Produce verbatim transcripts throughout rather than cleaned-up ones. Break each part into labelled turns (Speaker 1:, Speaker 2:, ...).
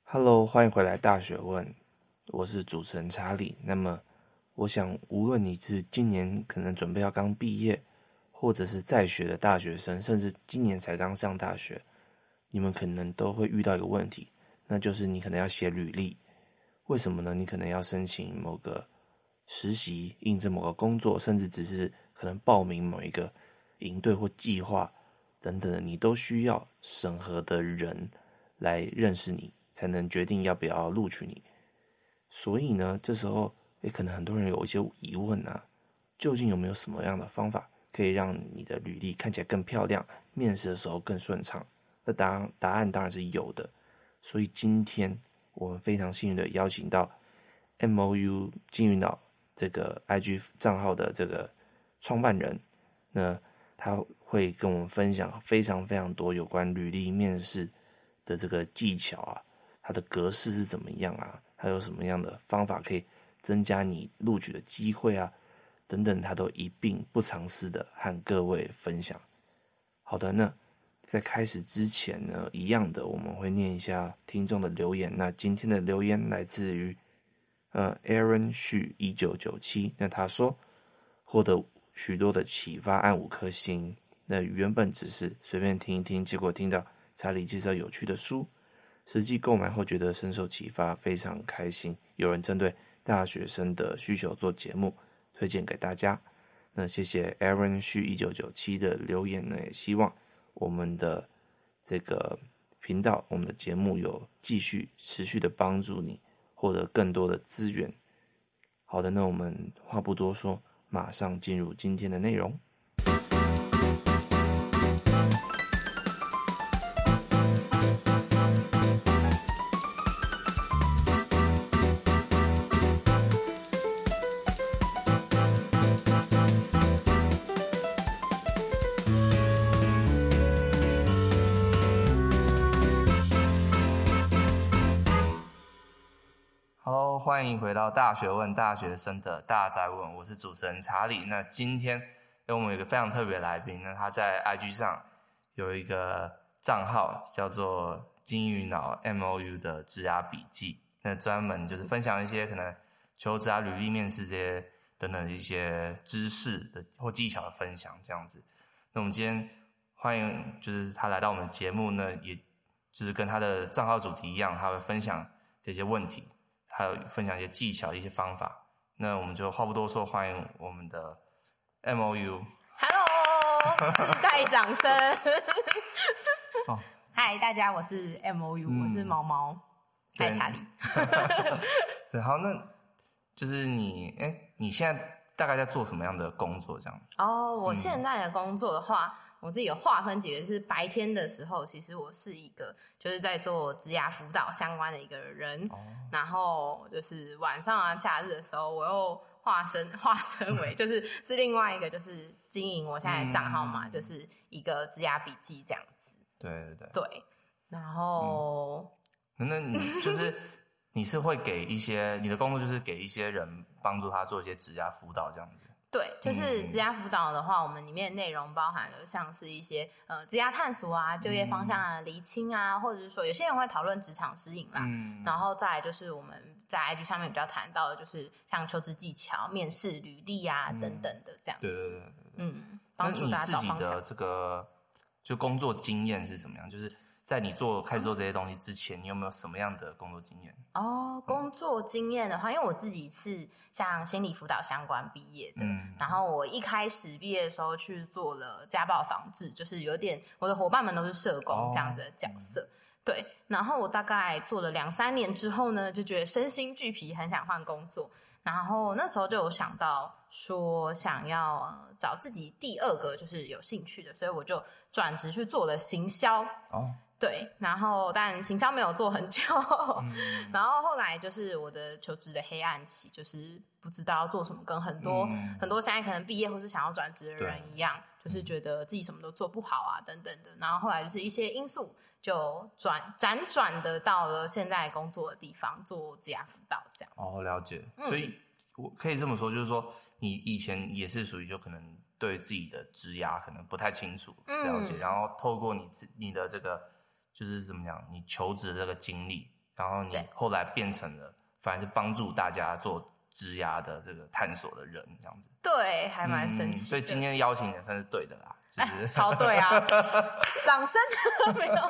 Speaker 1: Hello，欢迎回来大学问，我是主持人查理。那么，我想无论你是今年可能准备要刚毕业，或者是在学的大学生，甚至今年才刚上大学，你们可能都会遇到一个问题，那就是你可能要写履历。为什么呢？你可能要申请某个实习，应征某个工作，甚至只是可能报名某一个营队或计划等等的，你都需要审核的人来认识你，才能决定要不要录取你。所以呢，这时候也可能很多人有一些疑问啊，究竟有没有什么样的方法可以让你的履历看起来更漂亮，面试的时候更顺畅？那答案答案当然是有的。所以今天我们非常幸运的邀请到 M O U 金鱼脑这个 I G 账号的这个创办人，那他会跟我们分享非常非常多有关履历面试的这个技巧啊，它的格式是怎么样啊，还有什么样的方法可以增加你录取的机会啊，等等，他都一并不藏私的和各位分享。好的，那在开始之前呢，一样的我们会念一下听众的留言。那今天的留言来自于呃 Aaron 旭一九九七，那他说获得许多的启发，按五颗星。那原本只是随便听一听，结果听到查理介绍有趣的书，实际购买后觉得深受启发，非常开心。有人针对大学生的需求做节目，推荐给大家。那谢谢 Aaron 旭一九九七的留言呢，也希望我们的这个频道，我们的节目有继续持续的帮助你获得更多的资源。好的，那我们话不多说，马上进入今天的内容。Hello， 欢迎回到大学问大学生的大哉问，我是主持人查理。那今天我们有一个非常特别的来宾，那他在 I G 上有一个账号叫做金鱼脑 M O U 的职涯笔记，那专门就是分享一些可能求职啊、履历面试这些等等的一些知识的或技巧的分享这样子。那我们今天欢迎就是他来到我们的节目呢，也就是跟他的账号主题一样，他会分享这些问题，还有分享一些技巧、一些方法。那我们就话不多说，欢迎我们的 M O U。Hello，
Speaker 2: 自带掌声。
Speaker 1: 哦，
Speaker 2: 嗨，大家，我是 M O U，、嗯、我是毛毛，嗨，查理。
Speaker 1: 对，好，那就是你，哎，你现在大概在做什么样的工作？这样？
Speaker 2: 哦，我现在的工作的话。嗯我自己有划分几个，是白天的时候，其实我是一个就是在做职涯辅导相关的一个人，哦、然后就是晚上啊、假日的时候，我又化身化身为就是是另外一个就是经营我现在的账号嘛，嗯、就是一个职涯笔记这样子。
Speaker 1: 对对对。
Speaker 2: 对，然后、
Speaker 1: 嗯、那你就是你是会给一些你的工作就是给一些人帮助他做一些职涯辅导这样子。
Speaker 2: 对，就是职涯辅导的话，我们里面的内容包含了像是一些呃职涯探索啊、就业方向啊、厘清啊，或者是说有些人会讨论职场适应啦，嗯、然后再来就是我们在 I G 上面比较谈到的，就是像求职技巧、面试、履历啊、嗯、等等的这样子。
Speaker 1: 对对对对，
Speaker 2: 嗯，帮助大家找方向。
Speaker 1: 那你自己的这个就工作经验是怎么样？就是在你做开始做这些东西之前，你有没有什么样的工作经验？
Speaker 2: 哦，工作经验的话，因为我自己是像心理辅导相关毕业的，嗯、然后我一开始毕业的时候去做了家暴防治，就是有点我的伙伴们都是社工这样子的角色，哦、对。然后我大概做了两三年之后呢，就觉得身心俱疲，很想换工作。然后那时候就有想到说想要、呃、找自己第二个就是有兴趣的，所以我就转职去做了行销。哦。对，然后但行销没有做很久，嗯、然后后来就是我的求职的黑暗期，就是不知道要做什么，跟很多、嗯、很多现在可能毕业或是想要转职的人一样，就是觉得自己什么都做不好啊等等的，然后后来就是一些因素就转辗转的到了现在工作的地方做职涯辅导这样。
Speaker 1: 哦，了解，嗯、所以我可以这么说，就是说你以前也是属于就可能对自己的职涯可能不太清楚了解，嗯、然后透过你你的这个。就是怎么讲，你求职的这个经历， 然后你后来变成了反而是帮助大家做职涯的这个探索的人，这样子。
Speaker 2: 对，还蛮神奇的、嗯。
Speaker 1: 所以今天邀请你算是对的啦，就是、
Speaker 2: 哎、超对啊！掌声没有。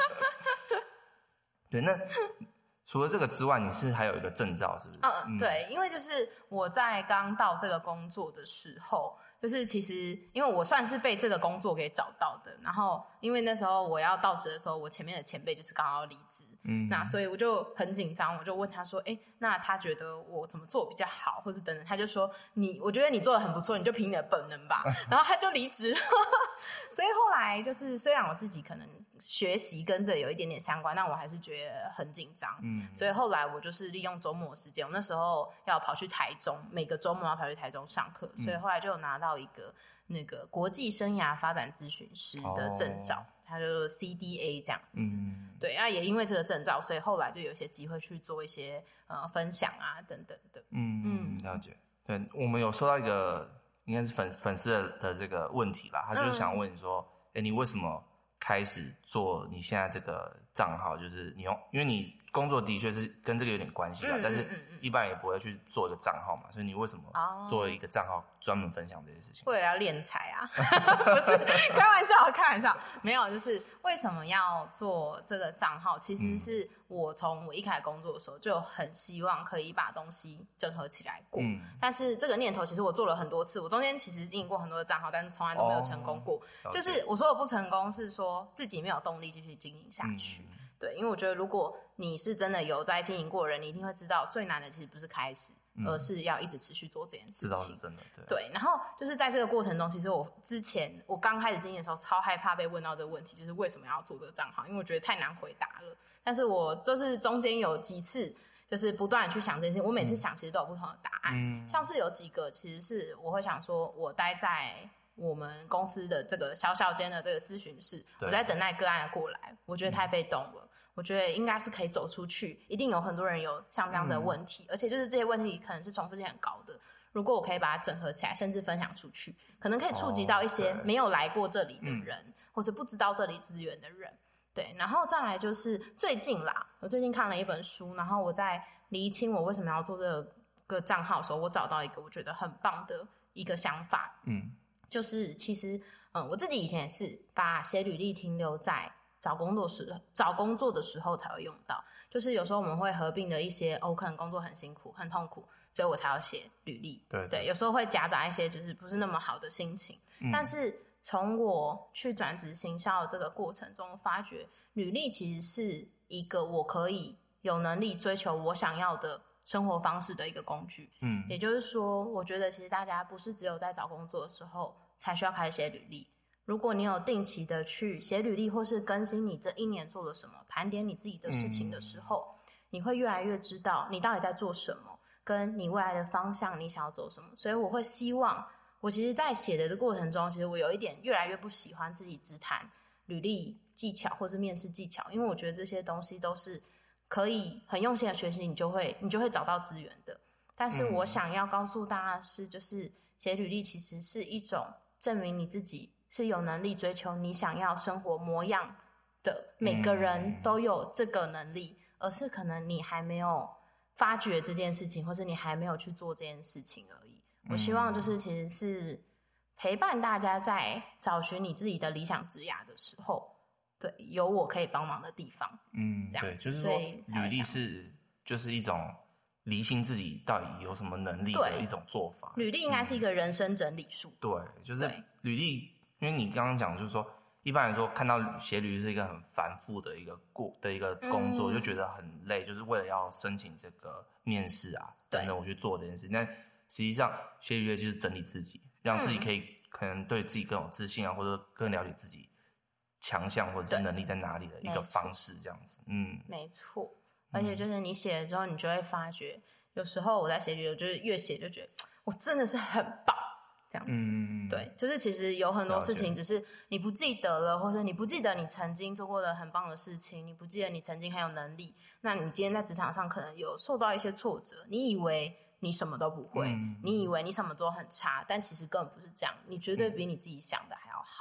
Speaker 1: 对，那除了这个之外，你是还有一个证照，是不是？
Speaker 2: 嗯，嗯对，因为就是我在刚到这个工作的时候。就是其实因为我算是被这个工作给找到的，然后因为那时候我要到职的时候，我前面的前辈就是刚好离职，嗯，那所以我就很紧张，我就问他说，哎，那他觉得我怎么做比较好，或是等等，他就说你，我觉得你做的很不错，你就凭你的本能吧，然后他就离职，所以后来就是虽然我自己可能学习跟这有一点点相关，但我还是觉得很紧张，嗯，所以后来我就是利用周末的时间，我那时候要跑去台中，每个周末要跑去台中上课，所以后来就有拿到一个那个国际生涯发展咨询师的证照，哦、它就是 C D A 这样子，嗯，对，那也因为这个证照，所以后来就有一些机会去做一些呃分享啊等等的，
Speaker 1: 嗯嗯，了解。对，我们有收到一个应该是粉粉丝的的这个问题啦，他就是想问你说，哎、嗯，你为什么开始做你现在这个账号？就是你用，因为你工作的确是跟这个有点关系啦，嗯、但是一般人也不会去做一个账号嘛，所以你为什么做一个账号专门分享这些事情？
Speaker 2: 为了要敛财啊，不是开玩笑，开玩笑，没有，就是为什么要做这个账号？其实是我从我一开始工作的时候就很希望可以把东西整合起来过，嗯、但是这个念头其实我做了很多次，我中间其实经营过很多的账号，但是从来都没有成功过。哦、就是我说的不成功，是说自己没有动力继续经营下去。嗯对，因为我觉得如果你是真的有在经营过的人，你一定会知道最难的其实不是开始，嗯、而是要一直持续做这件事情。知道是真的，对。对，然后就是在这个过程中，其实我之前我刚开始经营的时候，超害怕被问到这个问题，就是为什么要做这个账号，因为我觉得太难回答了。但是我就是中间有几次，就是不断的去想这件事情，我每次想其实都有不同的答案。嗯、像是有几个其实是我会想说，我待在我们公司的这个小小间的这个咨询室，我在等待个案的过来，我觉得太被动了。嗯我觉得应该是可以走出去，一定有很多人有像这样的问题，嗯、而且就是这些问题可能是重复性很高的。如果我可以把它整合起来，甚至分享出去，可能可以触及到一些没有来过这里的人，哦、或是不知道这里资源的人。对，然后再来就是最近啦，我最近看了一本书，然后我在厘清我为什么要做这个账号的时候，我找到一个我觉得很棒的一个想法，嗯，就是其实，嗯，我自己以前也是把写履历停留在找工作时找工作的时候才会用到，就是有时候我们会合并的一些，哦，我可能工作很辛苦很痛苦，所以我才要写履历。对 对, 对，有时候会夹杂一些就是不是那么好的心情，嗯、但是从我去转职行销的这个过程中，发觉履历其实是一个我可以有能力追求我想要的生活方式的一个工具。嗯，也就是说，我觉得其实大家不是只有在找工作的时候才需要开始写履历。如果你有定期的去写履历，或是更新你这一年做了什么，盘点你自己的事情的时候，嗯、你会越来越知道你到底在做什么，跟你未来的方向你想要走什么。所以我会希望，我其实在写的这个过程中，其实我有一点越来越不喜欢自己只谈履历技巧或是面试技巧，因为我觉得这些东西都是可以很用心的学习，你就会你就会找到资源的。但是我想要告诉大家的是，就是写履历其实是一种证明你自己是有能力追求你想要生活模样的，每个人都有这个能力，而是可能你还没有发觉这件事情，或是你还没有去做这件事情而已。我希望就是其实是陪伴大家在找寻你自己的理想职涯的时候，对，有我可以帮忙的地方。嗯，这样对，
Speaker 1: 就是说履历是就是一种厘清自己到底有什么能力的一种做法。
Speaker 2: 履历应该是一个人生整理术。
Speaker 1: 嗯、对，就是履历。因为你刚刚讲就是说，一般来说看到写履历是一个很繁复的一个过的一个工作，嗯、就觉得很累，就是为了要申请这个面试啊等等，我去做这件事。但实际上写履历就是整理自己，让自己可以、嗯、可能对自己更有自信啊，或者更了解自己强项或者是能力在哪里的一个方式，这样子。嗯，
Speaker 2: 没错。而且就是你写了之后，你就会发觉，有时候我在写履历，就是越写就觉得我真的是很棒。这样子，嗯，对，就是其实有很多事情只是你不记得了，或者你不记得你曾经做过的很棒的事情，你不记得你曾经很有能力，那你今天在职场上可能有受到一些挫折，你以为你什么都不会，嗯、你以为你什么都很差，但其实根本不是这样，你绝对比你自己想的还要好。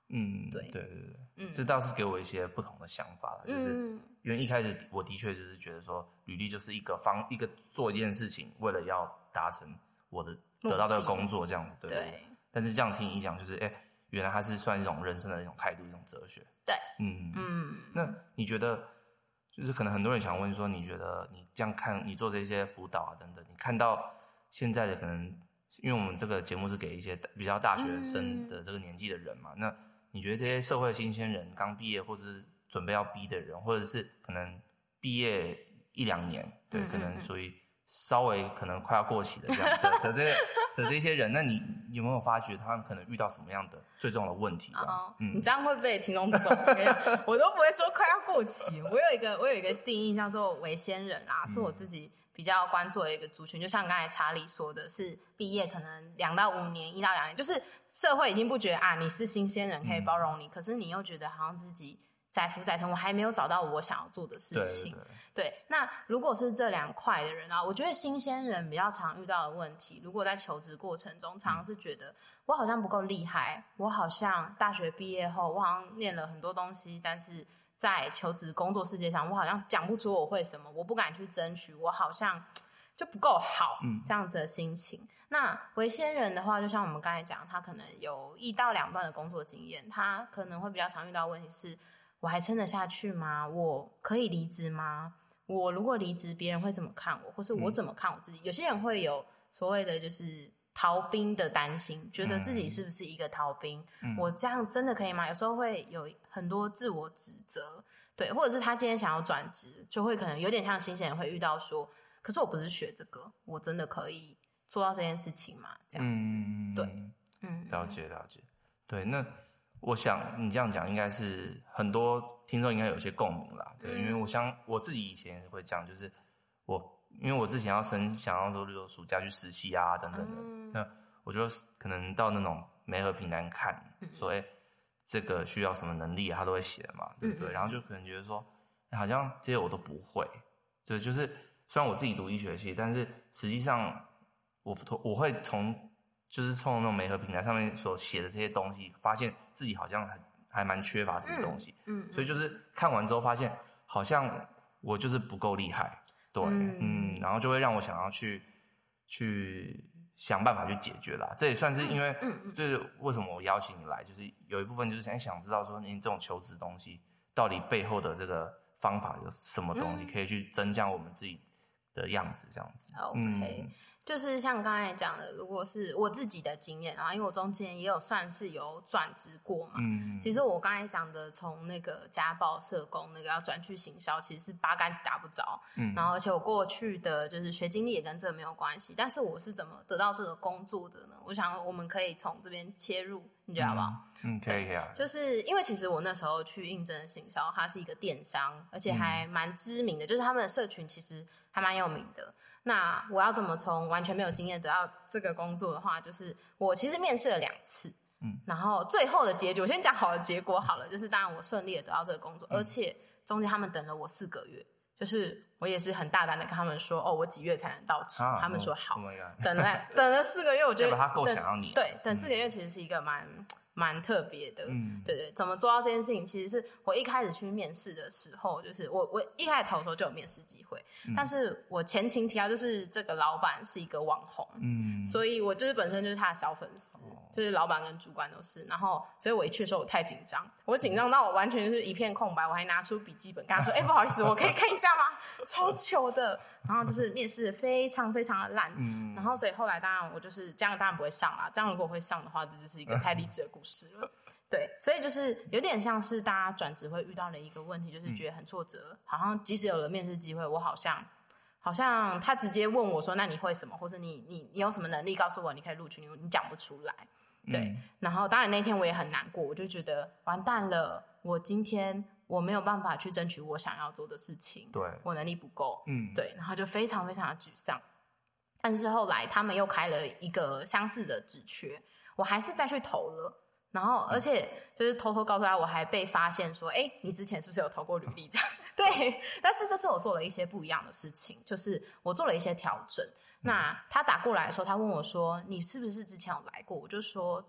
Speaker 1: 嗯，对对对对，嗯，这倒是给我一些不同的想法了，就是因为一开始我的确就是觉得说，履历就是一个方一个做一件事情，为了要达成我的得到这个工作这样子，对。对。但是这样听你讲，就是哎、欸，原来它是算一种人生的一种态度，一种哲学。
Speaker 2: 对，
Speaker 1: 嗯嗯。那你觉得，就是可能很多人想问说，你觉得你这样看，你做这些辅导啊等等，你看到现在的可能，因为我们这个节目是给一些比较大学生的这个年纪的人嘛，嗯、那你觉得这些社会新鲜人刚毕业或者是准备要毕的人，或者是可能毕业一两年，对，嗯嗯嗯可能属于稍微可能快要过期的这样的的这个的这些人，那你有没有发觉他们可能遇到什么样的最重要的问题？
Speaker 2: 哦，嗯、你这样会被听众揍，我都不会说快要过期。我有一个我有一个定义叫做微鲜人啊，是我自己比较关注的一个族群。就像刚才查理说的，是毕业可能两到五年，一到两年，就是社会已经不觉得啊你是新鲜人可以包容你，嗯、可是你又觉得好像自己载浮载沉，我还没有找到我想要做的事情。对, 对, 对，那如果是这两块的人啊，我觉得新鲜人比较常遇到的问题，如果在求职过程中，常常是觉得我好像不够厉害，我好像大学毕业后，我好像念了很多东西，但是在求职工作世界上，我好像讲不出我会什么，我不敢去争取，我好像就不够好，嗯，这样子的心情。那微鲜人的话，就像我们刚才讲，他可能有一到两段的工作经验，他可能会比较常遇到的问题是，我还撑得下去吗？我可以离职吗？我如果离职，别人会怎么看我？或是我怎么看我自己？嗯、有些人会有所谓的就是逃兵的担心，觉得自己是不是一个逃兵？嗯、我这样真的可以吗？有时候会有很多自我指责，对，或者是他今天想要转职，就会可能有点像新鲜人会遇到说，可是我不是学这个，我真的可以做到这件事情吗？这样子，嗯、对，
Speaker 1: 嗯，了解了解，对，那。我想你这样讲应该是很多听众应该有一些共鸣啦，对，嗯、因为我想我自己以前也会讲，就是我因为我之前要升想要说，比如暑假去实习啊等等的，嗯、那我就可能到那种媒合平台看，嗯、说哎、欸、这个需要什么能力，他都会写嘛，对不对？嗯、然后就可能觉得说，欸、好像这些我都不会，对，就是虽然我自己读医学系，但是实际上我我会从就是从那种媒合平台上面所写的这些东西，发现自己好像还还蛮缺乏什么东西，嗯，嗯所以就是看完之后发现，好像我就是不够厉害，对，嗯, 嗯，然后就会让我想要去去想办法去解决啦。这也算是因为，嗯嗯，就是为什么我邀请你来，就是有一部分就是想想知道说，你这种求职东西到底背后的这个方法有什么东西，可以去增加我们自己的样子，这样子。
Speaker 2: OK。嗯就是像刚才讲的，如果是我自己的经验啊，因为我中间也有算是有转职过嘛。嗯，其实我刚才讲的，从那个家暴社工那个要转去行销，其实是八竿子打不着。嗯，然后而且我过去的就是学经历也跟这个没有关系，但是我是怎么得到这个工作的呢？我想我们可以从这边切入，你觉得好不好？
Speaker 1: 嗯，可以可以啊。
Speaker 2: 就是因为其实我那时候去应征行销，它是一个电商，而且还蛮知名的，嗯、就是他们的社群其实还蛮有名的。那我要怎么从完全没有经验得到这个工作的话，就是我其实面试了两次，嗯，然后最后的结局，我先讲好的结果好了，就是当然我顺利的得到这个工作，嗯、而且中间他们等了我四个月，就是我也是很大胆的跟他们说，哦，我几月才能到职？啊、他们说好，
Speaker 1: oh,
Speaker 2: 等了等了四个月，我觉得
Speaker 1: 他够想要你，
Speaker 2: 对，等四个月其实是一个蛮。蛮特别的，嗯，对对，怎么做到这件事情？其实是我一开始去面试的时候，就是我我一开始投的时候就有面试机会，嗯、但是我前情提要就是这个老板是一个网红，嗯，所以我就是本身就是他的小粉丝，哦、就是老板跟主管都是，然后所以我一去的时候我太紧张，我紧张到我完全就是一片空白，我还拿出笔记本跟他说，哎、欸，不好意思，我可以看一下吗？超糗的，然后就是面试非常非常的烂，嗯，然后所以后来当然我就是这样，当然不会上啦，这样如果会上的话，这就是一个太励志的故事。对，所以就是有点像是大家转职会遇到的一个问题，就是觉得很挫折，嗯、好像即使有了面试机会，我好像好像他直接问我说，那你会什么，或是你你你有什么能力告诉我你可以录取你，你讲不出来。对，嗯、然后当然那天我也很难过，我就觉得完蛋了，我今天我没有办法去争取我想要做的事情，
Speaker 1: 对，
Speaker 2: 我能力不够，嗯，对，然后就非常非常的沮丧。但是后来他们又开了一个相似的职缺，我还是再去投了。然后，而且就是偷偷告诉他，我还被发现说，哎，你之前是不是有投过履历？这样对。但是这次我做了一些不一样的事情，就是我做了一些调整。那他打过来的时候，他问我说，你是不是之前有来过？我就说对。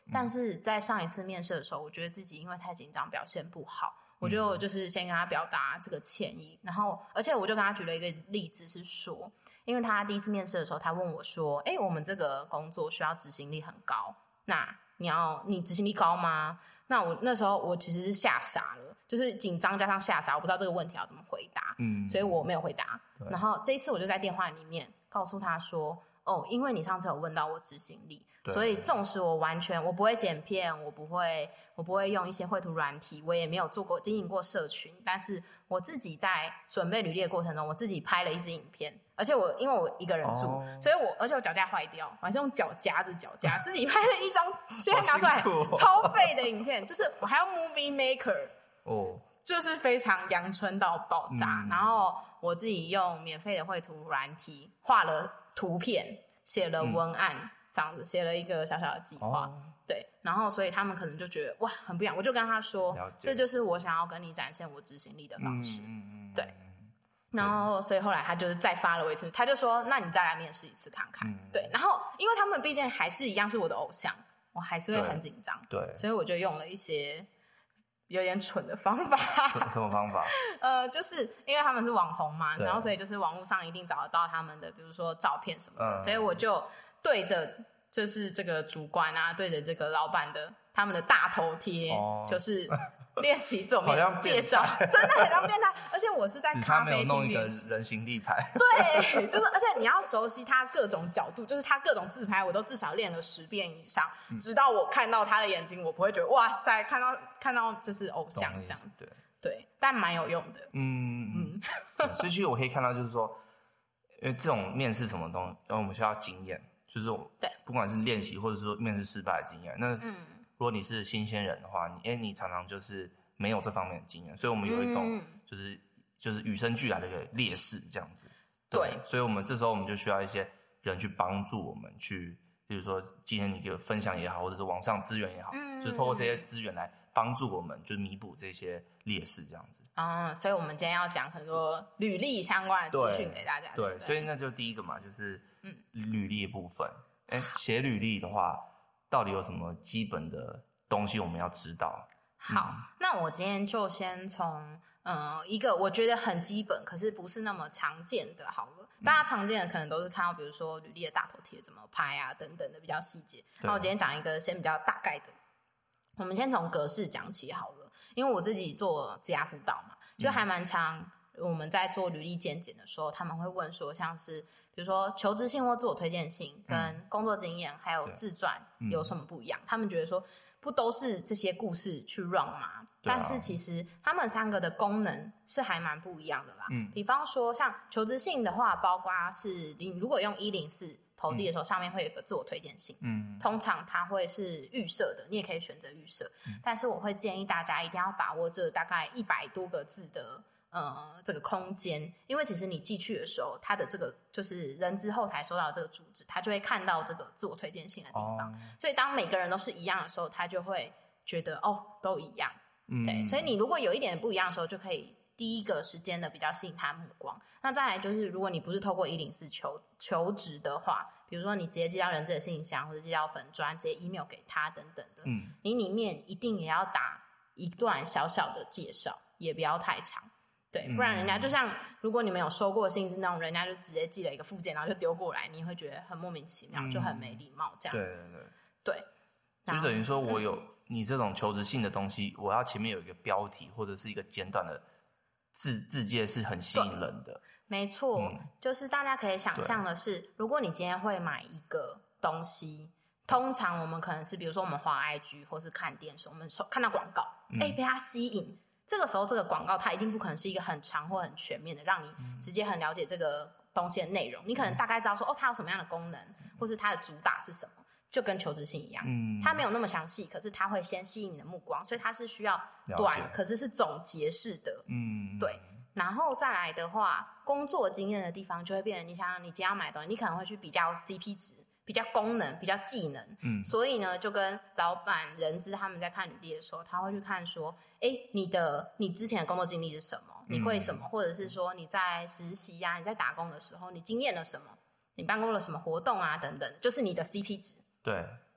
Speaker 2: 但是在上一次面试的时候，我觉得自己因为太紧张，表现不好。我就就是先跟他表达这个歉意，然后而且我就跟他举了一个例子，是说，因为他第一次面试的时候，他问我说：“哎，我们这个工作需要执行力很高，那你要你执行力高吗？”那我那时候我其实是吓傻了，就是紧张加上吓傻，我不知道这个问题要怎么回答，嗯，所以我没有回答。然后这一次我就在电话里面告诉他说：“哦，因为你上次有问到我执行力。”所以纵使我完全我不会剪片，我不会我不会用一些绘图软体，我也没有做过经营过社群，但是我自己在准备履历的过程中，我自己拍了一支影片，而且我因为我一个人住，哦、所以我而且我脚架坏掉，我还是用脚夹着脚架自己拍了一张现在拿出来超废的影片，就是我还要 Movie Maker 哦，就是非常阳春到爆炸、嗯，然后我自己用免费的绘图软体画了图片，写了文案。嗯，这样子写了一个小小的计划、哦，对，然后所以他们可能就觉得哇很不一样，我就跟他说，这就是我想要跟你展现我执行力的方式，嗯、对，然后所以后来他就是再发了我一次，他就说那你再来面试一次看看、嗯，对，然后因为他们毕竟还是一样是我的偶像，我还是会很紧张，对，所以我就用了一些有点蠢的方法。
Speaker 1: 什么方法？
Speaker 2: 呃，就是因为他们是网红嘛，然后所以就是网络上一定找得到他们的，比如说照片什么的，嗯、所以我就对着就是这个主管啊，对着这个老板的他们的大头贴，哦、就是练习怎么介绍，真的很像变态。而且我是在咖啡厅练习，
Speaker 1: 他没有弄一个人形立牌。
Speaker 2: 对，就是而且你要熟悉他各种角度，就是他各种自拍，我都至少练了十遍以上，嗯、直到我看到他的眼睛，我不会觉得哇塞，看到看到就是偶像这样子。对，但蛮有用的。嗯
Speaker 1: 嗯，所以其实我可以看到，就是说，因为这种面试什么东西，因为我们需要经验。就是对，不管是练习或者说面试失败的经验，那如果你是新鲜人的话，你因为你常常就是没有这方面的经验，所以我们有一种就是、嗯、就是与生俱来的一个劣势这样子。对，对，所以我们这时候我们就需要一些人去帮助我们去，比如说今天你给我分享也好，或者是网上资源也好，嗯、就是透过这些资源来帮助我们，就是弥补这些劣势这样子。
Speaker 2: 嗯，所以我们今天要讲很多履历相关的资讯给大家。
Speaker 1: 对，对，所以那就第一个嘛，就是嗯，履历的部分。哎，写履历的话，到底有什么基本的东西我们要知道？
Speaker 2: 好，嗯、那我今天就先从呃一个我觉得很基本，可是不是那么常见的好了。大家常见的可能都是看到，比如说履历的大头贴怎么拍啊等等的比较细节。那我今天讲一个先比较大概的，我们先从格式讲起好了，因为我自己做职涯辅导嘛，就还蛮常。我们在做履历健检的时候，他们会问说，像是比如说求职信或自我推荐信跟工作经验、嗯、还有自传有什么不一样、嗯、他们觉得说不都是这些故事去 run 吗、啊、但是其实他们三个的功能是还蛮不一样的啦、嗯、比方说像求职信的话，包括是你如果用一零四投递的时候、嗯、上面会有一个自我推荐信、嗯、通常它会是预设的，你也可以选择预设、嗯、但是我会建议大家一定要把握这大概一百多个字的呃，这个空间，因为其实你寄去的时候，它的这个就是人资后台收到这个主旨，他就会看到这个自我推荐信的地方、哦、所以当每个人都是一样的时候，他就会觉得哦都一样、嗯、对，所以你如果有一点不一样的时候，就可以第一个时间的比较吸引他目光。那再来就是如果你不是透过一零四求求职的话，比如说你直接寄到人资的信箱，或者寄到粉专，直接 email 给他等等的、嗯、你里面一定也要打一段小小的介绍，也不要太长，对，不然人家就像如果你们有收过信是那种人家就直接寄了一个附件然后就丢过来，你会觉得很莫名其妙、嗯、就很没礼貌这样子。对对对，
Speaker 1: 对，就等于说我有、嗯、你这种求职信的东西，我要前面有一个标题或者是一个简短的字字界是很吸引人的。
Speaker 2: 没错、嗯、就是大家可以想象的是，如果你今天会买一个东西，通常我们可能是比如说我们滑 I G 或是看电视，我们看到广告哎、嗯、被它吸引，这个时候这个广告它一定不可能是一个很长或很全面的让你直接很了解这个东西的内容、嗯、你可能大概知道说哦它有什么样的功能、嗯、或是它的主打是什么，就跟求职信一样、嗯、它没有那么详细，可是它会先吸引你的目光，所以它是需要短可是是总结式的。嗯，对。然后再来的话，工作经验的地方就会变成，你想想你今天要买东西，你可能会去比较 C P 值，比较功能，比较技能，嗯，所以呢，就跟老板、人资他们在看履历的时候，他会去看说，哎，你的你之前的工作经历是什么？你会什么？嗯、或者是说你在实习呀、啊，你在打工的时候，你经验了什么？你办过了什么活动啊？等等，就是你的 C P 值。
Speaker 1: 对
Speaker 2: 对。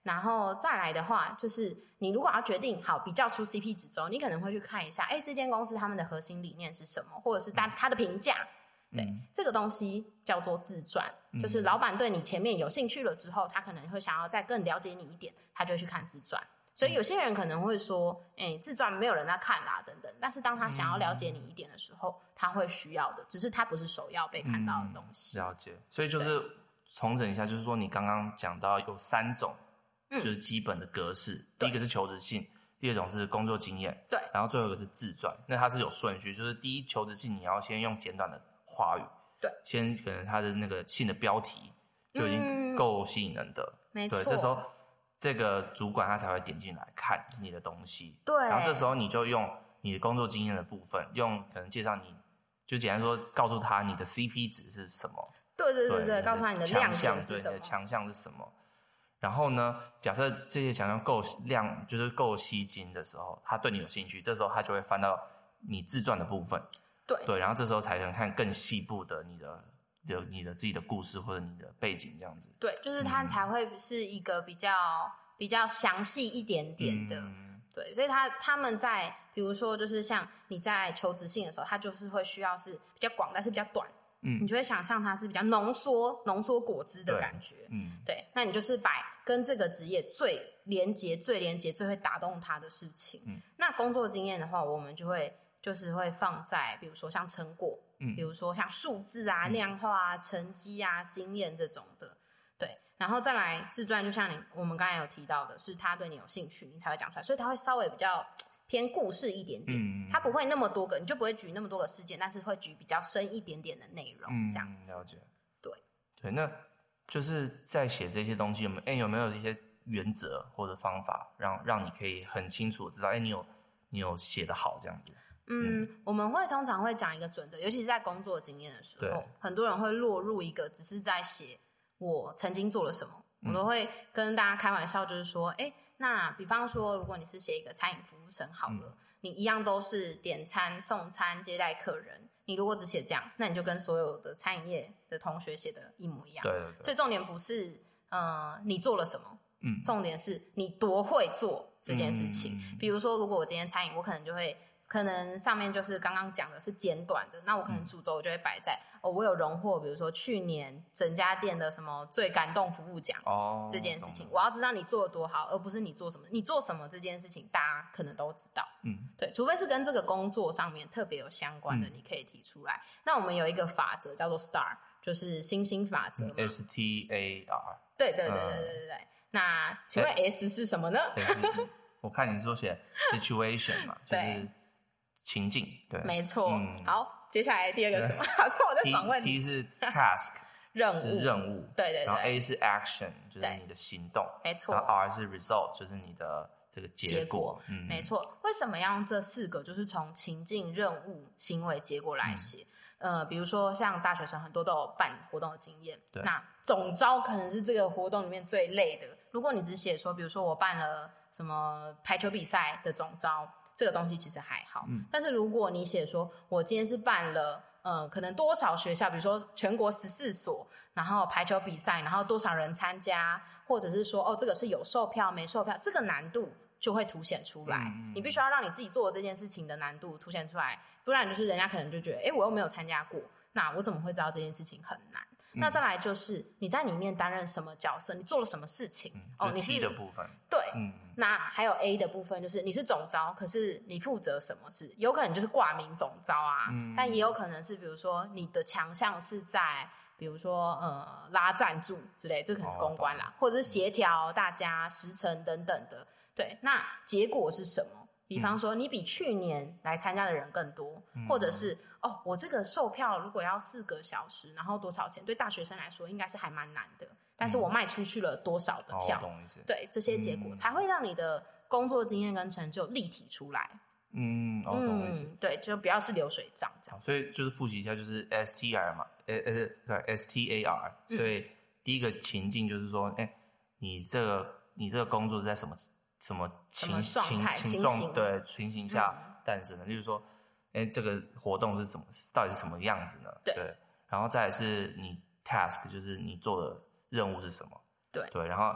Speaker 2: 然后再来的话，就是你如果要决定好比较出 C P 值之后，你可能会去看一下，哎，这间公司他们的核心理念是什么，或者是它它的评价。对、嗯，这个东西叫做自传，就是老板对你前面有兴趣了之后，他可能会想要再更了解你一点，他就会去看自传。所以有些人可能会说，哎，自传没有人在看啦，等等。但是当他想要了解你一点的时候，他会需要的，只是他不是首要被看到的东西。
Speaker 1: 嗯、了解。所以就是重整一下，就是说你刚刚讲到有三种，就是基本的格式。嗯、第一个是求职信，第二种是工作经验，
Speaker 2: 对，
Speaker 1: 然后最后一个是自传。那它是有顺序，就是第一求职信你要先用简短的话语，
Speaker 2: 对，
Speaker 1: 先可能它的那个信的标题就已经够吸引人的，
Speaker 2: 嗯、没
Speaker 1: 错。对，这时候这个主管他才会点进来看你的东西，
Speaker 2: 对。
Speaker 1: 然后这时候你就用你的工作经验的部分，用可能介绍你，就简单说告诉他你的 C P 值是什么，
Speaker 2: 对对对 对, 对，告诉他你的亮点是什么，
Speaker 1: 对，你的强项是什么。然后呢，假设这些强项够亮，就是够吸睛的时候，他对你有兴趣，这时候他就会翻到你自传的部分。
Speaker 2: 对
Speaker 1: 对，然后这时候才能看更细部的你的有你的自己的故事或者你的背景这样子。
Speaker 2: 对，就是它才会是一个比较、嗯、比较详细一点点的。嗯、对，所以他他们在比如说就是像你在求职信的时候，他就是会需要是比较广，但是比较短。嗯，你就会想象它是比较浓缩浓缩果汁的感觉。嗯，对，那你就是把跟这个职业最连结、最连结、最会打动他的事情。嗯，那工作经验的话，我们就会。就是会放在比如说像成果、嗯、比如说像数字啊、量化啊、成绩啊、经验这种的。对，然后再来自传，就像你我们刚才有提到的，是他对你有兴趣你才会讲出来，所以他会稍微比较偏故事一点点。嗯，他不会那么多个，你就不会举那么多个事件，但是会举比较深一点点的内容。嗯，这样子。
Speaker 1: 了解。
Speaker 2: 对
Speaker 1: 对，那就是在写这些东西有没有、欸、有没有一些原则或者方法让让你可以很清楚知道，哎、欸，你有你有写得好这样子。
Speaker 2: 嗯, 嗯，我们会通常会讲一个准则，尤其是在工作经验的时候，很多人会落入一个只是在写我曾经做了什么。嗯、我都会跟大家开玩笑，就是说，哎，那比方说，如果你是写一个餐饮服务生好了，嗯、你一样都是点餐、送餐、接待客人，你如果只写这样，那你就跟所有的餐饮业的同学写的一模一样。
Speaker 1: 对对对。
Speaker 2: 所以重点不是呃你做了什么，嗯，重点是你多会做这件事情。嗯、比如说，如果我今天餐饮，我可能就会。可能上面就是刚刚讲的是简短的，那我可能主轴我就会摆在、嗯、哦，我有荣获，比如说去年整家店的什么最感动服务奖哦，这件事情，我要知道你做的多好，而不是你做什么，你做什么这件事情大家可能都知道，嗯，对，除非是跟这个工作上面特别有相关的，嗯、你可以提出来。那我们有一个法则叫做 S T A R， 就是星星法则嘛、
Speaker 1: 嗯、，S T A R，
Speaker 2: 对对对对对对对。嗯、那请问 S 是什么呢？
Speaker 1: 我看你说写 situation 嘛，就是情境。对，
Speaker 2: 没错、嗯。好，接下来第二个是什么？好像我在访问你。
Speaker 1: T, T 是 task
Speaker 2: 任务，
Speaker 1: 是任务。
Speaker 2: 对对对。
Speaker 1: 然后 A 是 action， 就是你的行动。
Speaker 2: 没错。
Speaker 1: 然后 R 是 result， 就是你的这个结果。
Speaker 2: 结果嗯，没错。为什么要用这四个？就是从情境、任务、行为、结果来写。嗯、呃，比如说像大学生很多都有办活动的经验，
Speaker 1: 对。
Speaker 2: 那总召可能是这个活动里面最累的。如果你只写说，比如说我办了什么排球比赛的总召。这个东西其实还好、嗯、但是如果你写说我今天是办了呃，可能多少学校，比如说全国十四所，然后排球比赛，然后多少人参加，或者是说哦这个是有售票没售票，这个难度就会凸显出来、嗯、你必须要让你自己做的这件事情的难度凸显出来，不然就是人家可能就觉得哎，我又没有参加过，那我怎么会知道这件事情很难、嗯、那再来就是你在里面担任什么角色，你做了什么事情、
Speaker 1: 嗯、哦，你是 T 的部分，
Speaker 2: 对，嗯，那还有 A 的部分就是你是总召，可是你负责什么事，有可能就是挂名总召啊、嗯、但也有可能是比如说你的强项是在比如说呃拉赞助之类，这可能是公关啦、哦、或者是协调大家时程等等的。对，那结果是什么？比方说你比去年来参加的人更多、嗯、或者是哦我这个售票如果要四个小时然后多少钱，对大学生来说应该是还蛮难的，但是我卖出去了多少的票、
Speaker 1: 嗯哦、
Speaker 2: 对，这些结果、嗯、才会让你的工作经验跟成就立体出来。
Speaker 1: 嗯，哦，懂我意思。
Speaker 2: 嗯，对，就不要是流水账这样。
Speaker 1: 所以就是复习一下，就是 S T R 嘛，呃呃，对 ，S T A R、嗯。所以第一个情境就是说，哎、欸，你这个你这个工作是在什么什么情情情状对情形下诞生的？例如说，哎、欸，这个活动是怎么到底是什么样子呢？
Speaker 2: 对。
Speaker 1: 对，然后再来是你 task， 就是你做的任务是什么？
Speaker 2: 对
Speaker 1: 对，然后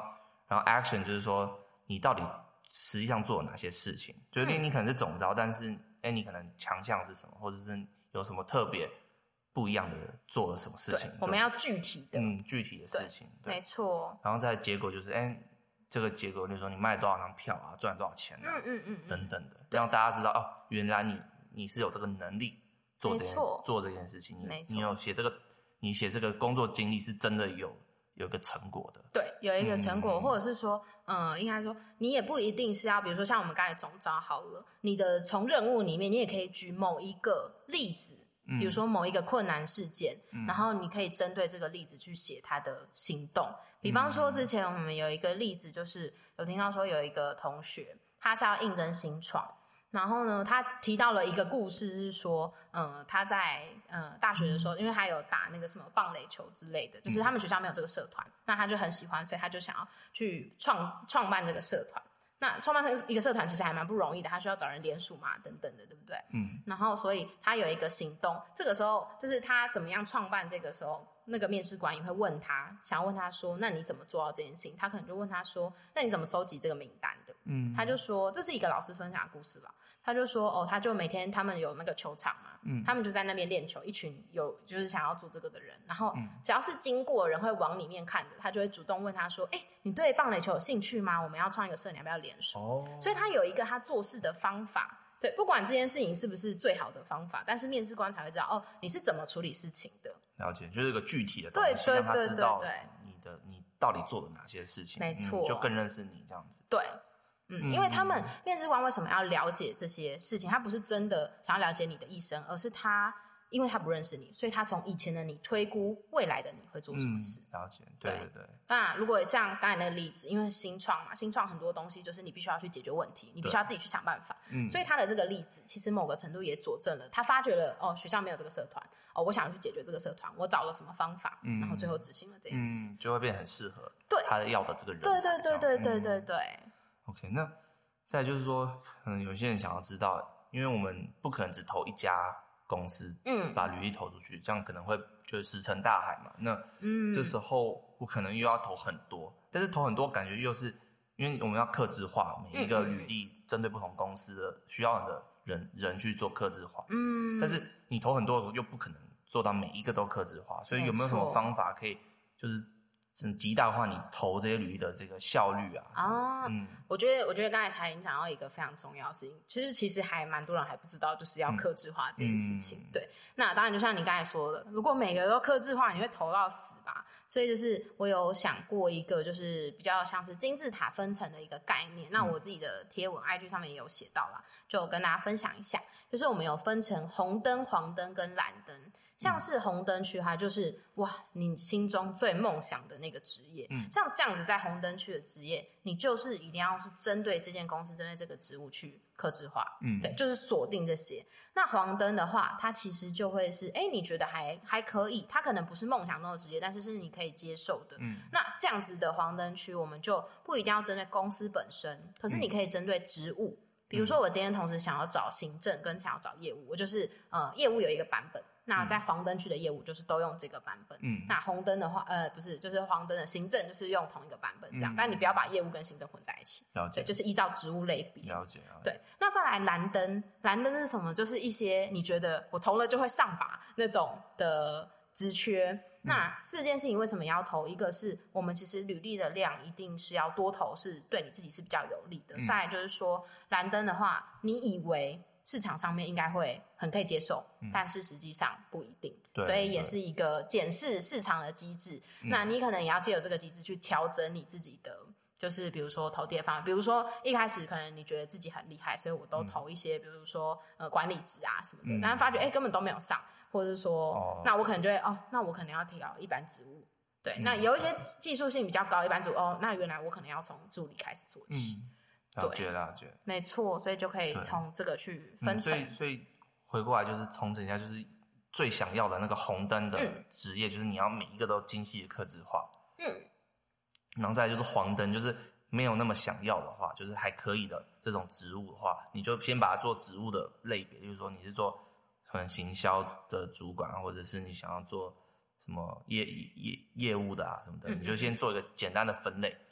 Speaker 1: 然后 action 就是说你到底实际上做了哪些事情，就是你你可能是总召，但是哎你可能强项是什么，或者是有什么特别不一样的做了什么事情，
Speaker 2: 我们要具体的，
Speaker 1: 嗯，具体的事情，对，
Speaker 2: 没错。
Speaker 1: 然后再结果就是，哎，这个结果就是说你卖多少张票啊，赚多少钱啊，
Speaker 2: 嗯嗯嗯嗯
Speaker 1: 等等的，让大家知道哦，原来你你是有这个能力做这件做这件事情，你你有写这个，你写这个工作经历是真的有有一个成果的，
Speaker 2: 对，有一个成果，嗯、或者是说，嗯、呃，应该说你也不一定是要，比如说像我们刚才总招好了，你的从任务里面，你也可以举某一个例子。比如说某一个困难事件、嗯、然后你可以针对这个例子去写他的行动，比方说之前我们有一个例子，就是有听到说有一个同学他是要应征新创，然后呢他提到了一个故事，是说呃他在呃大学的时候，因为他有打那个什么棒垒球之类的，就是他们学校没有这个社团，那他就很喜欢，所以他就想要去创创办这个社团。那创办一个社团其实还蛮不容易的，他需要找人联署嘛，等等的，对不对？嗯。然后，所以他有一个行动，这个时候就是他怎么样创办，这个时候那个面试官也会问他，想要问他说，那你怎么做到这件事情？他可能就问他说，那你怎么收集这个名单的？嗯。他就说，这是一个老师分享的故事吧。他就说，哦，他就每天他们有那个球场嘛，嗯，他们就在那边练球，一群有就是想要做这个的人，然后只要是经过的人会往里面看的，他就会主动问他说，哎，你对棒垒球有兴趣吗？我们要创一个社，你要不要联署？哦，所以他有一个他做事的方法，对，不管这件事情是不是最好的方法，但是面试官才会知道，哦，你是怎么处理事情的。了解，就是一个具体的东西，让他知道你的你到底做了哪些事情，没错、嗯，就更认识你这样子。对。嗯，因为他们面试官为什么要了解这些事情？他不是真的想要了解你的一生，而是他因为他不认识你，所以他从以前的你推估未来的你会做什么事。嗯、了解，对对对。当然，如果像刚才那个例子，因为新创嘛，新创很多东西就是你必须要去解决问题，你必须要自己去想办法。嗯，所以他的这个例子，其实某个程度也佐证了他发觉了哦，学校没有这个社团，哦，我想要去解决这个社团，我找了什么方法，嗯、然后最后执行了这件事，嗯、就会变得很适合对他要的这个人。对对对对对对对。嗯 OK， 那再来就是说，可能有些人想要知道，因为我们不可能只投一家公司，嗯，把履历投出去，这样可能会就是石沉大海嘛。那嗯，这时候我可能又要投很多，但是投很多感觉又是因为我们要客制化，每一个履历针对不同公司的需要的人人去做客制化，嗯，但是你投很多的时候又不可能做到每一个都客制化，所以有没有什么方法可以就是极大化你投这些履历的这个效率啊？啊，嗯，我觉得，我觉得刚才才影讲到一个非常重要的事情，其实其实还蛮多人还不知道，就是要客制化这件事情。嗯、对，那当然就像你刚才说的，如果每个都客制化，你会投到死吧？所以就是我有想过一个，就是比较像是金字塔分层的一个概念。那我自己的贴文 I G 上面也有写到啦，就跟大家分享一下，就是我们有分成红灯、黄灯跟蓝灯。像是红灯区，它就是哇，你心中最梦想的那个职业。嗯，像这样子在红灯区的职业，你就是一定要是针对这间公司、针对这个职务去客制化。嗯，对，就是锁定这些。那黄灯的话，它其实就会是，哎，你觉得还还可以，它可能不是梦想中的职业，但是是你可以接受的。嗯，那这样子的黄灯区，我们就不一定要针对公司本身，可是你可以针对职务。比如说，我今天同时想要找行政跟想要找业务，我就是呃，业务有一个版本。那在黄灯区的业务就是都用这个版本，嗯，那红灯的话，呃，不是，就是黄灯的行政就是用同一个版本这样，嗯、但你不要把业务跟行政混在一起，了解，对，就是依照职务类别，了解，了解，对。那再来蓝灯，蓝灯是什么？就是一些你觉得我投了就会上靶那种的职缺。嗯、那这件事情为什么要投？一个是我们其实履历的量一定是要多投，是对你自己是比较有利的。嗯、再来就是说蓝灯的话，你以为市场上面应该会很可以接受，嗯、但是实际上不一定，所以也是一个检视市场的机制。那你可能也要借由这个机制去调整你自己的，就是比如说投递的方法。比如说一开始可能你觉得自己很厉害，所以我都投一些，嗯、比如说呃管理职啊什么的，嗯、但是发觉哎根本都没有上，或者是说，哦、那我可能就会哦，那我可能要调一般职务。对，嗯、那有一些技术性比较高一般职务，哦，那原来我可能要从助理开始做起。嗯了解了解，没错，所以就可以从这个去分层、嗯。所以所以回过来就是重整一下，就是最想要的那个红灯的职业，嗯、就是你要每一个都精细的客制化。嗯。然后再来就是黄灯，就是没有那么想要的话，就是还可以的这种职务的话，你就先把它做职务的类别，就是说你是做可能行销的主管，或者是你想要做什么业业业务的啊什么的，嗯、你就先做一个简单的分类。对。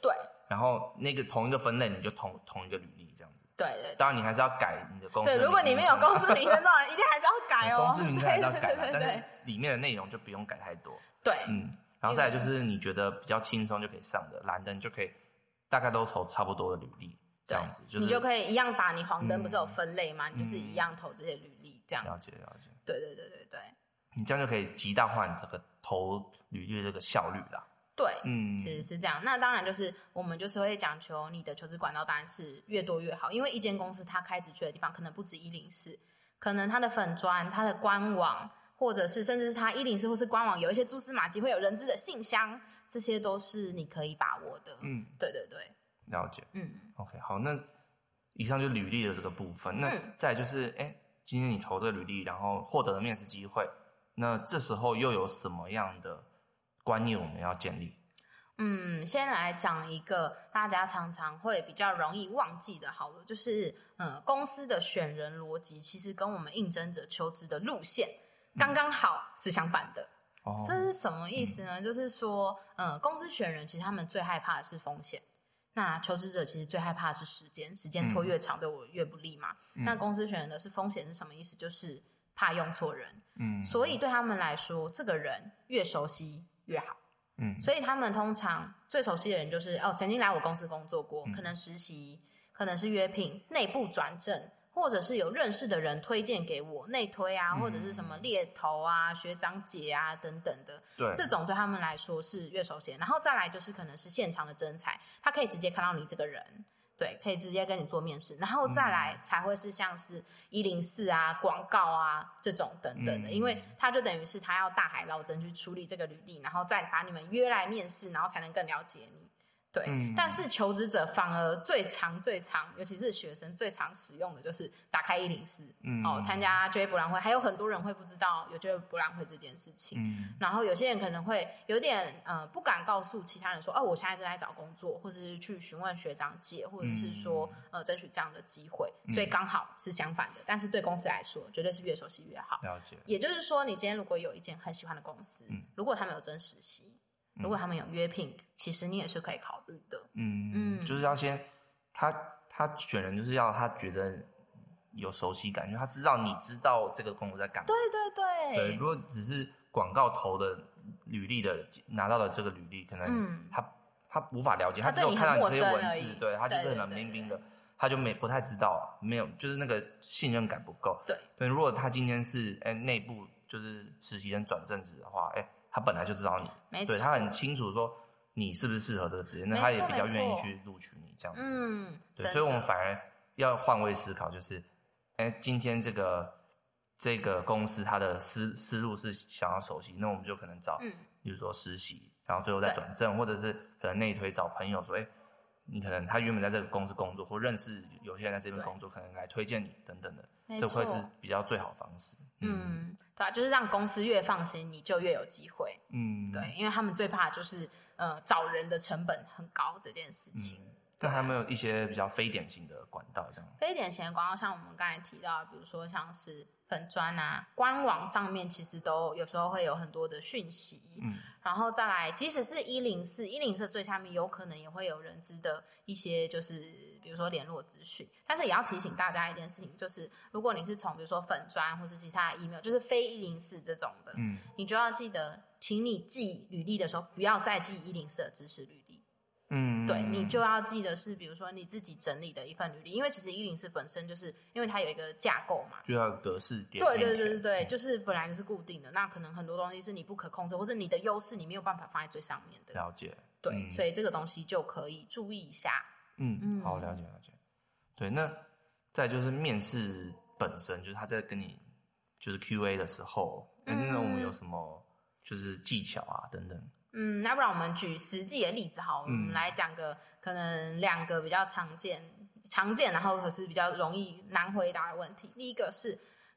Speaker 1: 然后那个同一个分类你就同同一个履历这样子。
Speaker 2: 对 对, 对，
Speaker 1: 当然你还是要改你的公司的名称。
Speaker 2: 对，如果你没有公司名称，当然一定还是要改哦。
Speaker 1: 公司名称还是要改啦，
Speaker 2: 对对对对对，
Speaker 1: 但是里面的内容就不用改太多。
Speaker 2: 对，
Speaker 1: 嗯，然后再来就是你觉得比较轻松就可以上的，蓝灯就可以大概都投差不多的履历这样子，就是
Speaker 2: 你就可以一样把你黄灯不是有分类吗？嗯、你就是一样投这些履历这样子。
Speaker 1: 了解了解。
Speaker 2: 对对对对对，
Speaker 1: 你这样就可以极大化你这个投履历的这个效率啦。
Speaker 2: 对，
Speaker 1: 嗯，
Speaker 2: 其实是这样。那当然就是我们就是会讲求你的求职管道当然是越多越好，因为一间公司它开职缺的地方可能不止一零四，可能它的粉专、它的官网，或者是甚至是它一零四或是官网有一些蛛丝马迹，会有人资的信箱，这些都是你可以把握的。嗯，对对对，
Speaker 1: 了解。嗯 ，OK， 好，那以上就是履历的这个部分。那再来就是，哎、嗯，今天你投这个履历，然后获得了面试机会，那这时候又有什么样的观念我们要建立？
Speaker 2: 嗯，先来讲一个大家常常会比较容易忘记的，好了，就是嗯，公司的选人逻辑其实跟我们应征者求职的路线刚刚好是相反的。哦，这是什么意思呢？嗯、就是说，嗯，公司选人其实他们最害怕的是风险，那求职者其实最害怕的是时间，时间拖越长对我越不利嘛。嗯、那公司选人的是风险是什么意思？就是怕用错人。嗯，所以对他们来说，这个人越熟悉越好。嗯，所以他们通常最熟悉的人就是哦，曾经来我公司工作过，嗯、可能实习，可能是约聘、内部转正，或者是有认识的人推荐给我内推啊，嗯、或者是什么猎头啊、学长姐啊等等的，对，这种对他们来说是越熟悉的。然后再来就是可能是现场的征才，他可以直接看到你这个人。对，可以直接跟你做面试，然后再来才会是像是一零四啊、广告啊这种等等的，嗯、因为他就等于是他要大海捞针去处理这个履历，然后再把你们约来面试，然后才能更了解你。对，嗯、但是求职者反而最常最常，尤其是学生最常使用的就是打开一零四，嗯，哦，参加就业博览会，还有很多人会不知道有就业博览会这件事情，嗯，然后有些人可能会有点呃不敢告诉其他人说，哦，我现在正在找工作，或者是去询问学长姐，或者是说、嗯、呃争取这样的机会，所以刚好是相反的，但是对公司来说，绝对是越熟悉越好。
Speaker 1: 了解。也
Speaker 2: 就是说，你今天如果有一间很喜欢的公司，嗯、如果他们有征实习。如果他们有约聘，其实你也是可以考虑的。
Speaker 1: 嗯嗯，就是要先他他选人就是要他觉得有熟悉感，就他知道你知道这个工作在干嘛。
Speaker 2: 对对对。
Speaker 1: 对，如果只是广告投的履历的拿到的这个履历，可能他、嗯、他无法了解，他只有看到你这些文字，对他就是冷冰冰的，他就没不太知道，没有就是那个信任感不够。
Speaker 2: 对
Speaker 1: 对，如果他今天是哎内部就是实习生转正职的话，哎。他本来就知道你，对他很清楚说你是不是适合这个职业，那他也比较愿意去录取你这样子。嗯，对，所以我们反而要换位思考，就是，哎，今天这个这个公司它的思思路是想要熟悉，那我们就可能找，嗯，比如说实习，然后最后再转正，或者是可能内推找朋友说，哎，你可能他原本在这个公司工作，或认识有些人在这边工作，可能来推荐你等等的，这会是比较最好的方式。
Speaker 2: 嗯，对啊，就是让公司越放心，你就越有机会。嗯，对，因为他们最怕就是呃找人的成本很高这件事情。嗯，
Speaker 1: 但还有没有一些比较非典型的管道这样？
Speaker 2: 非典型的管道，像我们刚才提到，比如说像是粉专啊，官网上面其实都有时候会有很多的讯息。嗯，然后再来，即使是一零四，一零四最下面有可能也会有人资的一些就是比如说联络资讯，但是也要提醒大家一件事情，就是如果你是从比如说粉专或是其他的 email， 就是非一零四这种的，嗯，你就要记得，请你寄履历的时候不要再寄一零四的知识履历。嗯，对，你就要记得是比如说你自己整理的一份履历，因为其实一零四本身就是因为它有一个架构嘛，
Speaker 1: 就要格式点。
Speaker 2: 对对对对对，嗯、就是本来就是固定的，那可能很多东西是你不可控制，或是你的优势你没有办法放在最上面的。
Speaker 1: 了解。
Speaker 2: 对，嗯、所以这个东西就可以注意一下。
Speaker 1: 嗯，嗯好，了解了解。对，那再就是面试本身，就是他在跟你就是 Q A 的时候，嗯、那我们有什么就是技巧啊等等。
Speaker 2: 嗯，那不然我们举实际的例子好，我们来讲个可能两个比较常见、常见，然后可是比较容易难回答的问题。第一个是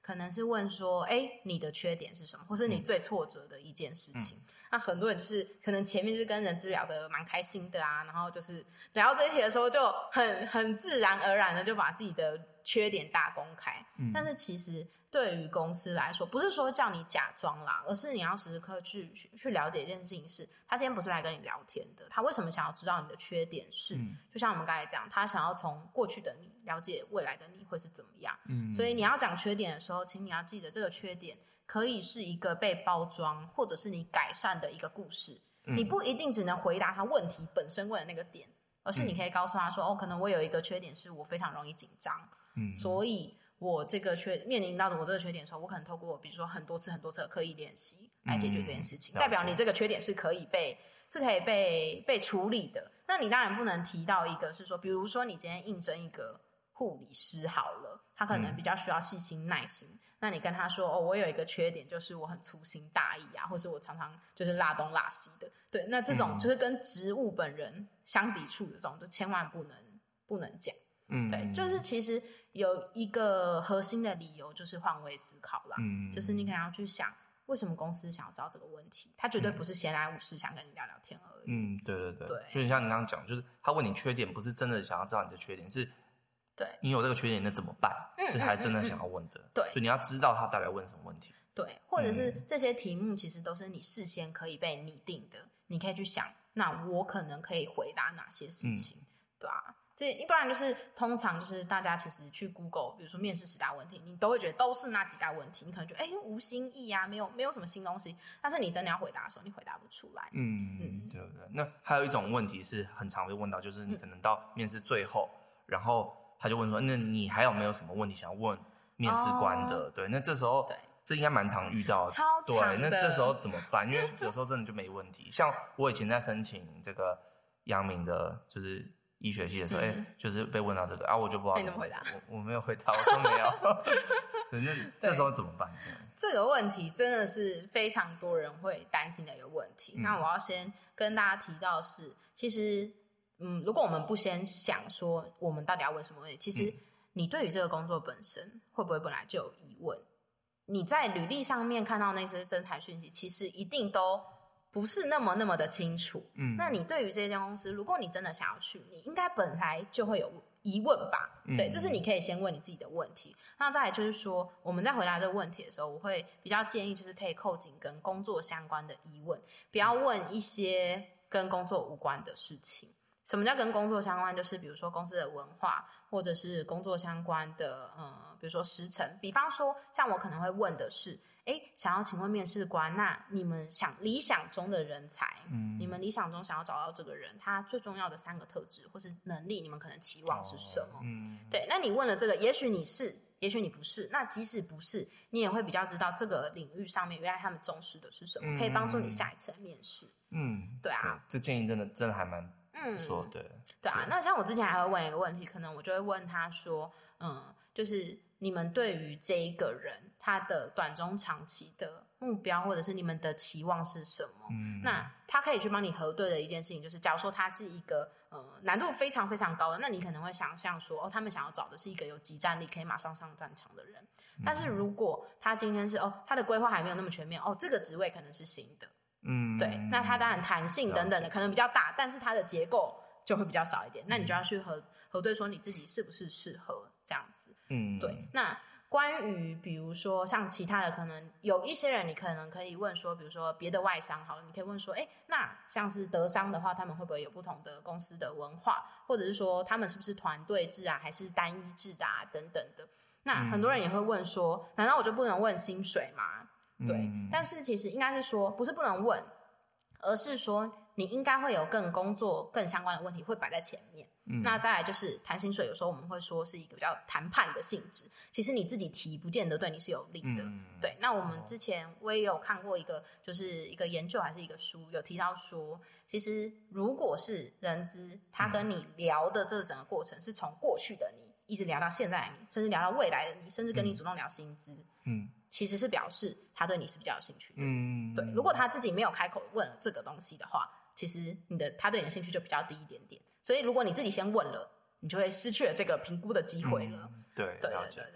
Speaker 2: 可能是问说，哎，你的缺点是什么，或是你最挫折的一件事情。嗯，那很多人就是可能前面就是跟人资聊得蛮开心的啊，然后就是聊到这一题的时候就很很自然而然的就把自己的缺点大公开。嗯，但是其实对于公司来说，不是说叫你假装啦，而是你要时时刻去去了解一件事情是，他今天不是来跟你聊天的，他为什么想要知道你的缺点是，嗯，就像我们刚才讲，他想要从过去的你了解未来的你会是怎么样。嗯，所以你要讲缺点的时候，请你要记得这个缺点可以是一个被包装或者是你改善的一个故事。嗯，你不一定只能回答他问题本身问的那个点，而是你可以告诉他说，嗯，哦，可能我有一个缺点是我非常容易紧张。嗯，所以我这个缺面临到我这个缺点的时候，我可能透过比如说很多次很多次的刻意练习来解决这件事情。嗯，代表你这个缺点是可以被是可以被被处理的。那你当然不能提到一个是说，比如说你今天应征一个护理师好了，他可能比较需要细心耐心。嗯，那你跟他说，哦，我有一个缺点就是我很粗心大意啊，或是我常常就是拉东拉西的。对，那这种就是跟职务本人相抵触的这种，就千万不能不能讲。嗯，对，就是其实有一个核心的理由就是换位思考啦。嗯，就是你可能要去想，为什么公司想要知道这个问题？他绝对不是闲来无事想跟你聊聊天而已。
Speaker 1: 嗯，对对对。对，所以像你刚刚讲，就是他问你缺点，不是真的想要知道你的缺点，是
Speaker 2: 对
Speaker 1: 你有这个缺点那怎么办？嗯，这才真的想要问的。嗯嗯嗯，对，所以你要知道他到底要问什么问题。
Speaker 2: 对，或者是这些题目其实都是你事先可以被拟定的，你可以去想，那我可能可以回答哪些事情。嗯，对啊。这不然就是通常就是大家其实去 Google 比如说面试十大问题，你都会觉得都是那几大问题，你可能觉得哎无新意啊，没有没有什么新东西，但是你真的要回答的时候你回答不出来。嗯
Speaker 1: 嗯，对不对？那还有一种问题是很常会问到，就是你可能到面试最后，嗯，然后他就问说，那你还有没有什么问题想要问面试官的？哦，对，那这时候对这应该蛮常遇到的，
Speaker 2: 超常的。
Speaker 1: 对，那这时候怎么办？因为有时候真的就没问题。像我以前在申请这个阳明的，就是医学系的时候，哎、嗯欸，就是被问到这个啊，我就不知道
Speaker 2: 你怎么回答，
Speaker 1: 我我没有回答，我说没有。对，那这时候怎么办？
Speaker 2: 这个问题真的是非常多人会担心的一个问题。嗯、那我要先跟大家提到是，其实，嗯，如果我们不先想说我们到底要问什么问题，其实你对于这个工作本身会不会本来就有疑问？你在履历上面看到那些征才讯息，其实一定都不是那么那么的清楚。嗯，那你对于这间公司，如果你真的想要去，你应该本来就会有疑问吧？嗯，对，这是你可以先问你自己的问题。那再来就是说，我们在回答这个问题的时候，我会比较建议就是可以扣紧跟工作相关的疑问，不要问一些跟工作无关的事情。什么叫跟工作相关？就是比如说公司的文化，或者是工作相关的，呃，比如说时程。比方说，像我可能会问的是，哎，想要请问面试官，那你们想理想中的人才，嗯，你们理想中想要找到这个人，他最重要的三个特质或是能力，你们可能期望是什么？哦，嗯，对。那你问了这个，也许你是，也许你不是。那即使不是，你也会比较知道这个领域上面原来他们重视的是什么，嗯，可以帮助你下一次的面试。嗯，对啊，
Speaker 1: 对，这建议真的真的还蛮。嗯，说对，
Speaker 2: 对啊。那像我之前还会问一个问题，可能我就会问他说，嗯，就是你们对于这一个人他的短中长期的目标，或者是你们的期望是什么？嗯，那他可以去帮你核对的一件事情，就是假如说他是一个呃难度非常非常高的，那你可能会想象说，哦，他们想要找的是一个有即战力，可以马上上战场的人。嗯，但是如果他今天是哦，他的规划还没有那么全面，哦，这个职位可能是新的。嗯，对，那它当然弹性等等的可能比较大，但是它的结构就会比较少一点。那你就要去核核对说你自己是不是适合这样子。嗯，对。那关于比如说像其他的，可能有一些人你可能可以问说，比如说别的外商好了，你可以问说，哎，那像是德商的话，他们会不会有不同的公司的文化，或者是说他们是不是团队制啊，还是单一制的啊，等等的。那很多人也会问说，难道我就不能问薪水吗？对，嗯，但是其实应该是说，不是不能问，而是说你应该会有更工作更相关的问题会摆在前面。嗯，那再来就是谈薪水，有时候我们会说是一个比较谈判的性质，其实你自己提不见得对你是有利的。嗯，对，那我们之前我也有看过一个，就是一个研究还是一个书，有提到说，其实如果是人资，他跟你聊的这整个过程是从过去的你一直聊到现在的你，甚至聊到未来的你，甚至跟你主动聊薪资。嗯。其实是表示他对你是比较有兴趣的。嗯，对。如果他自己没有开口问了这个东西的话，其实你的他对你的兴趣就比较低一点点。所以如果你自己先问了，你就会失去了这个评估的机会了。
Speaker 1: 嗯，对，
Speaker 2: 对对对对对。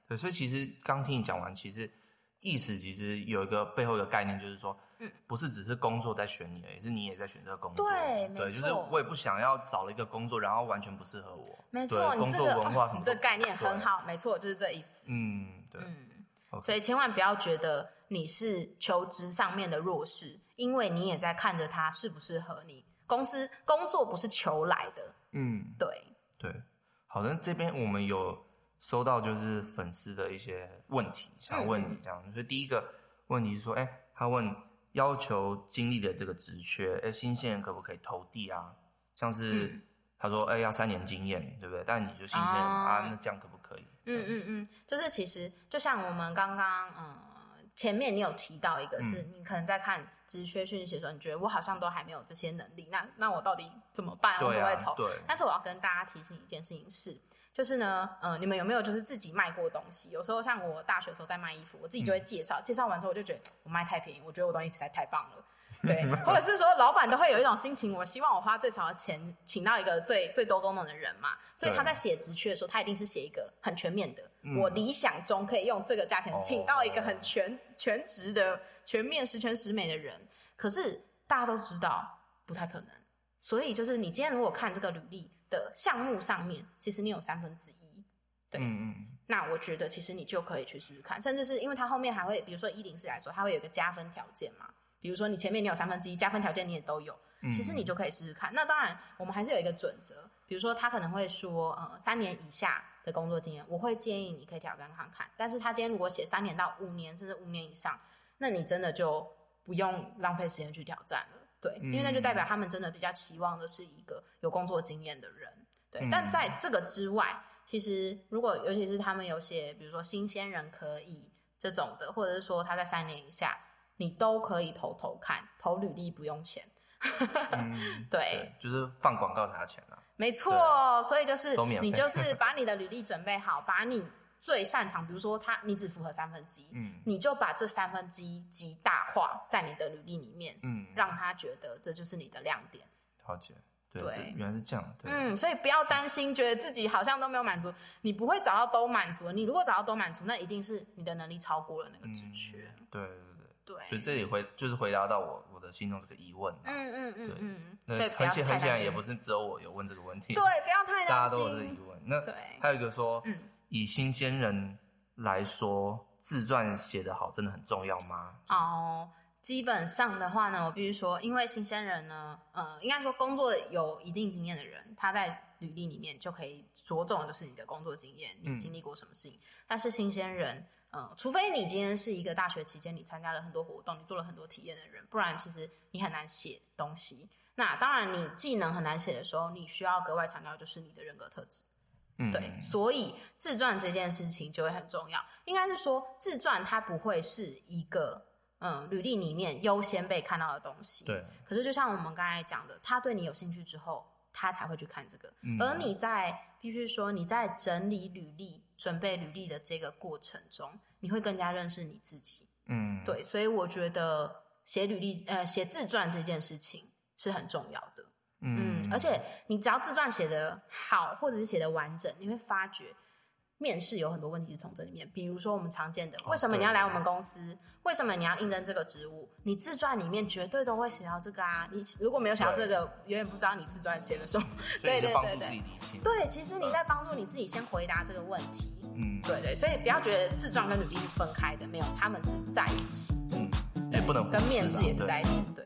Speaker 1: 对，所以其实刚听你讲完，其实意思其实有一个背后的概念，就是说，嗯，不是只是工作在选你而已，是你也在选这个工作。
Speaker 2: 对，没错，
Speaker 1: 就是我也不想要找了一个工作，然后完全不适合我。
Speaker 2: 没错，
Speaker 1: 工作文化什么、
Speaker 2: 哦，你这个概念很好，没错，就是这意思。
Speaker 1: 嗯，对。
Speaker 2: 嗯
Speaker 1: okay.
Speaker 2: 所以千万不要觉得你是求职上面的弱势，因为你也在看着它适不适合你。公司工作不是求来的。嗯，对
Speaker 1: 对。好的，这边我们有收到就是粉丝的一些问题，想问你这样。嗯、所以第一个问题是说，哎、欸，他问要求经历的这个职缺，哎、欸，新鲜人可不可以投递啊？像是、嗯、他说，哎、欸，要三年经验，对不对？但你就新鲜人啊, 啊，那这样可不可以？
Speaker 2: 嗯嗯嗯，就是其实就像我们刚刚嗯前面你有提到一个是，你可能在看职缺讯息的时候，你觉得我好像都还没有这些能力，那那我到底怎么办？我不会投。
Speaker 1: 对。
Speaker 2: 但是我要跟大家提醒一件事情是。就是呢，呃，你们有没有就是自己卖过东西？有时候像我大学的时候在卖衣服，我自己就会介绍，嗯、介绍完之后我就觉得我卖太便宜，我觉得我东西实在太棒了，对，或者是说老板都会有一种心情，我希望我花最少的钱请到一个最最多功能的人嘛，所以他在写职缺的时候，他一定是写一个很全面的，嗯、我理想中可以用这个价钱请到一个很全、哦、全职的全面十全十美的人，可是大家都知道不太可能，所以就是你今天如果看这个履历的项目上面，其实你有三分之一，对，嗯嗯，那我觉得其实你就可以去试试看，甚至是因为它后面还会，比如说一零四来说，它会有一个加分条件嘛，比如说你前面你有三分之一，加分条件你也都有，其实你就可以试试看。嗯、那当然，我们还是有一个准则，比如说他可能会说，呃，三年以下的工作经验，我会建议你可以挑战看看。但是他今天如果写三年到五年，甚至五年以上，那你真的就不用浪费时间去挑战了。对，因为那就代表他们真的比较期望的是一个有工作经验的人，对。嗯、但在这个之外，其实如果尤其是他们有些，比如说新鲜人可以这种的，或者是说他在三年以下，你都可以投投看，投履历不用钱。嗯、对,
Speaker 1: 对，就是放广告才要钱啊。
Speaker 2: 没错，所以就是你就是把你的履历准备好，把你最擅长，比如说他你只符合三分之一，嗯，你就把这三分之一极大化在你的履历里面，嗯，让他觉得这就是你的亮点。
Speaker 1: 了解，对，对，原来是这样，对，
Speaker 2: 嗯，所以不要担心，觉得自己好像都没有满足，你不会找到都满足。你如果找到都满足，那一定是你的能力超过了那个职缺。嗯、
Speaker 1: 对对对对，所以这里回就是回答到我我的心中这个疑问。嗯嗯嗯嗯，
Speaker 2: 所以很显
Speaker 1: 很显然也不是只有我有问这个问题，
Speaker 2: 对，不要太担心，
Speaker 1: 大家都有这个疑问。那还有一个说，嗯。以新鲜人来说，自传写得好真的很重要吗？
Speaker 2: 哦，基本上的话呢，我必须说，因为新鲜人呢，呃，应该说工作有一定经验的人，他在履历里面就可以着重的就是你的工作经验，你经历过什么事情。嗯、但是新鲜人，呃，除非你今天是一个大学期间你参加了很多活动，你做了很多体验的人，不然其实你很难写东西。那当然，你技能很难写的时候，你需要格外强调就是你的人格特质。对，所以自传这件事情就会很重要。应该是说，自传它不会是一个嗯履历里面优先被看到的东西。对。可是就像我们刚才讲的，他对你有兴趣之后，他才会去看这个。嗯、而你在必须说你在整理履历、准备履历的这个过程中，你会更加认识你自己。嗯。对，所以我觉得写履历呃写自传这件事情是很重要的。嗯, 嗯，而且你只要自传写得好，或者是写得完整，你会发觉面试有很多问题是从这里面。比如说我们常见的，为什么你要来我们公司？哦、为什么你要应征这个职务？你自传里面绝对都会写到这个啊！你如果没有写到这个，永远不知道你自传写了什么。
Speaker 1: 对对对对，
Speaker 2: 对，其实你在帮助你自己先回答这个问题。嗯，对对，所以不要觉得自传跟履历是分开的，没有，他们是在一起。嗯，
Speaker 1: 也不能
Speaker 2: 跟面试也是在一起。